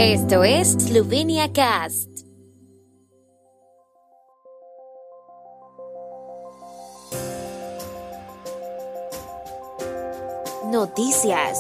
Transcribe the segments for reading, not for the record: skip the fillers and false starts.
Esto es Slovenia Cast. Noticias.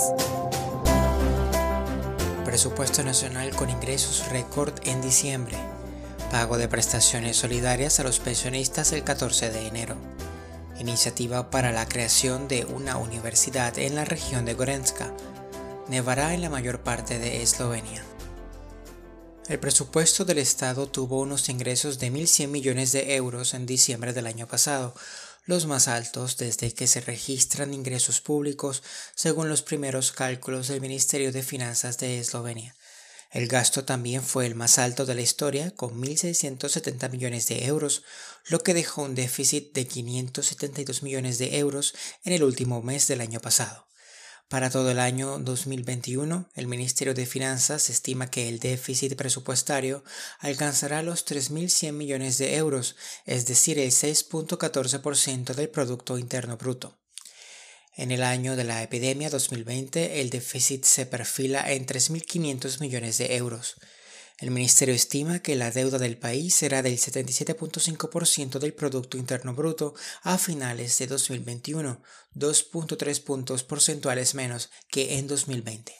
Presupuesto nacional con ingresos récord en diciembre. Pago de prestaciones solidarias a los pensionistas el 14 de enero. Iniciativa para la creación de una universidad en la región de Gorenska. Nevará en la mayor parte de Eslovenia. El presupuesto del Estado tuvo unos ingresos de 1.100 millones de euros en diciembre del año pasado, los más altos desde que se registran ingresos públicos según los primeros cálculos del Ministerio de Finanzas de Eslovenia. El gasto también fue el más alto de la historia, con 1.670 millones de euros, lo que dejó un déficit de 572 millones de euros en el último mes del año pasado. Para todo el año 2021, el Ministerio de Finanzas estima que el déficit presupuestario alcanzará los 3.100 millones de euros, es decir, el 6.14% del Producto Interno Bruto. En el año de la epidemia 2020, el déficit se perfila en 3.500 millones de euros. El Ministerio estima que la deuda del país será del 77.5% del Producto Interno Bruto a finales de 2021, 2.3 puntos porcentuales menos que en 2020.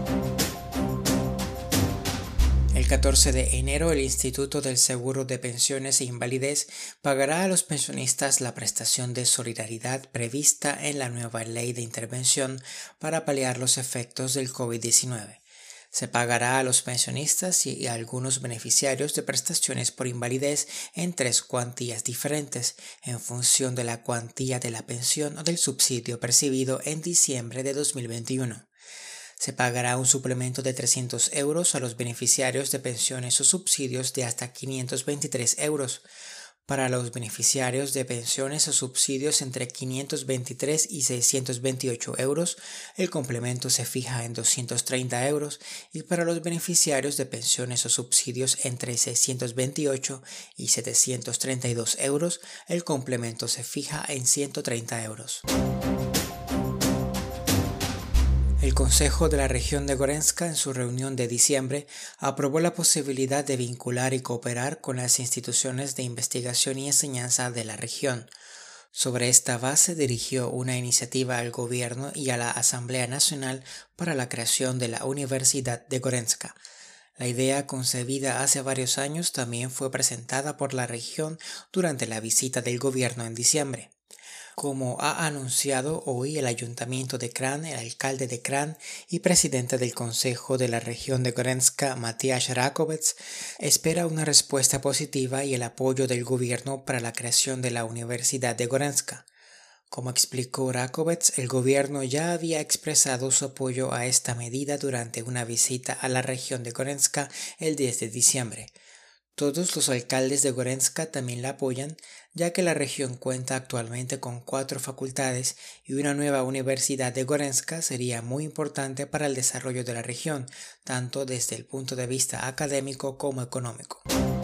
El 14 de enero, el Instituto del Seguro de Pensiones e Invalidez pagará a los pensionistas la prestación de solidaridad prevista en la nueva ley de intervención para paliar los efectos del COVID-19. Se pagará a los pensionistas y a algunos beneficiarios de prestaciones por invalidez en 3 cuantías diferentes, en función de la cuantía de la pensión o del subsidio percibido en diciembre de 2021. Se pagará un suplemento de 300 euros a los beneficiarios de pensiones o subsidios de hasta 523 euros. Para los beneficiarios de pensiones o subsidios entre 523 y 628 euros, el complemento se fija en 230 euros y para los beneficiarios de pensiones o subsidios entre 628 y 732 euros, el complemento se fija en 130 euros. El Consejo de la Región de Gorenska, en su reunión de diciembre, aprobó la posibilidad de vincular y cooperar con las instituciones de investigación y enseñanza de la región. Sobre esta base dirigió una iniciativa al Gobierno y a la Asamblea Nacional para la creación de la Universidad de Gorenska. La idea, concebida hace varios años, también fue presentada por la región durante la visita del Gobierno en diciembre. Como ha anunciado hoy el Ayuntamiento de Kran, el alcalde de Kran y presidente del Consejo de la Región de Gorenska, Matías Rakovec, espera una respuesta positiva y el apoyo del gobierno para la creación de la Universidad de Gorenska. Como explicó Rakovec, el gobierno ya había expresado su apoyo a esta medida durante una visita a la región de Gorenska el 10 de diciembre. Todos los alcaldes de Gorenska también la apoyan, ya que la región cuenta actualmente con 4 facultades y una nueva universidad de Gorenska sería muy importante para el desarrollo de la región, tanto desde el punto de vista académico como económico.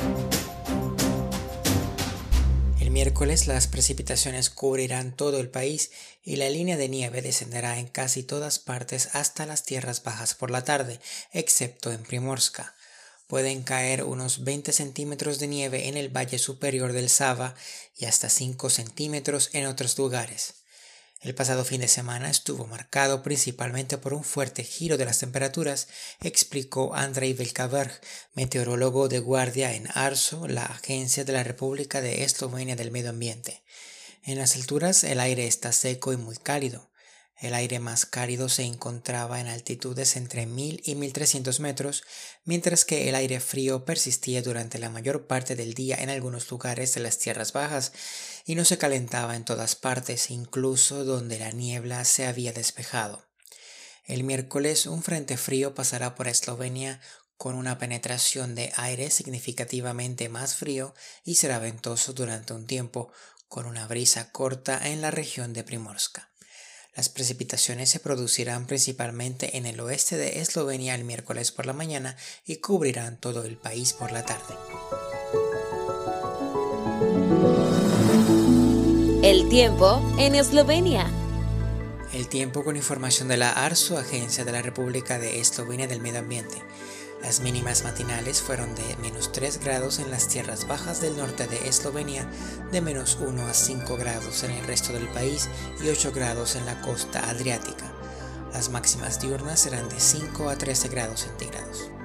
El miércoles las precipitaciones cubrirán todo el país y la línea de nieve descenderá en casi todas partes hasta las tierras bajas por la tarde, excepto en Primorska. Pueden caer unos 20 centímetros de nieve en el valle superior del Sava y hasta 5 centímetros en otros lugares. El pasado fin de semana estuvo marcado principalmente por un fuerte giro de las temperaturas, explicó Andrei Velkaberg, meteorólogo de guardia en ARSO, la Agencia de la República de Eslovenia del Medio Ambiente. En las alturas el aire está seco y muy cálido. El aire más cálido se encontraba en altitudes entre 1.000 y 1.300 metros, mientras que el aire frío persistía durante la mayor parte del día en algunos lugares de las tierras bajas y no se calentaba en todas partes, incluso donde la niebla se había despejado. El miércoles un frente frío pasará por Eslovenia con una penetración de aire significativamente más frío y será ventoso durante un tiempo, con una brisa corta en la región de Primorska. Las precipitaciones se producirán principalmente en el oeste de Eslovenia el miércoles por la mañana y cubrirán todo el país por la tarde. El tiempo en Eslovenia. El tiempo con información de la ARSO, Agencia de la República de Eslovenia del Medio Ambiente. Las mínimas matinales fueron de -3 grados en las tierras bajas del norte de Eslovenia, de -1 a 5 grados en el resto del país y 8 grados en la costa adriática. Las máximas diurnas serán de 5 a 13 grados centígrados.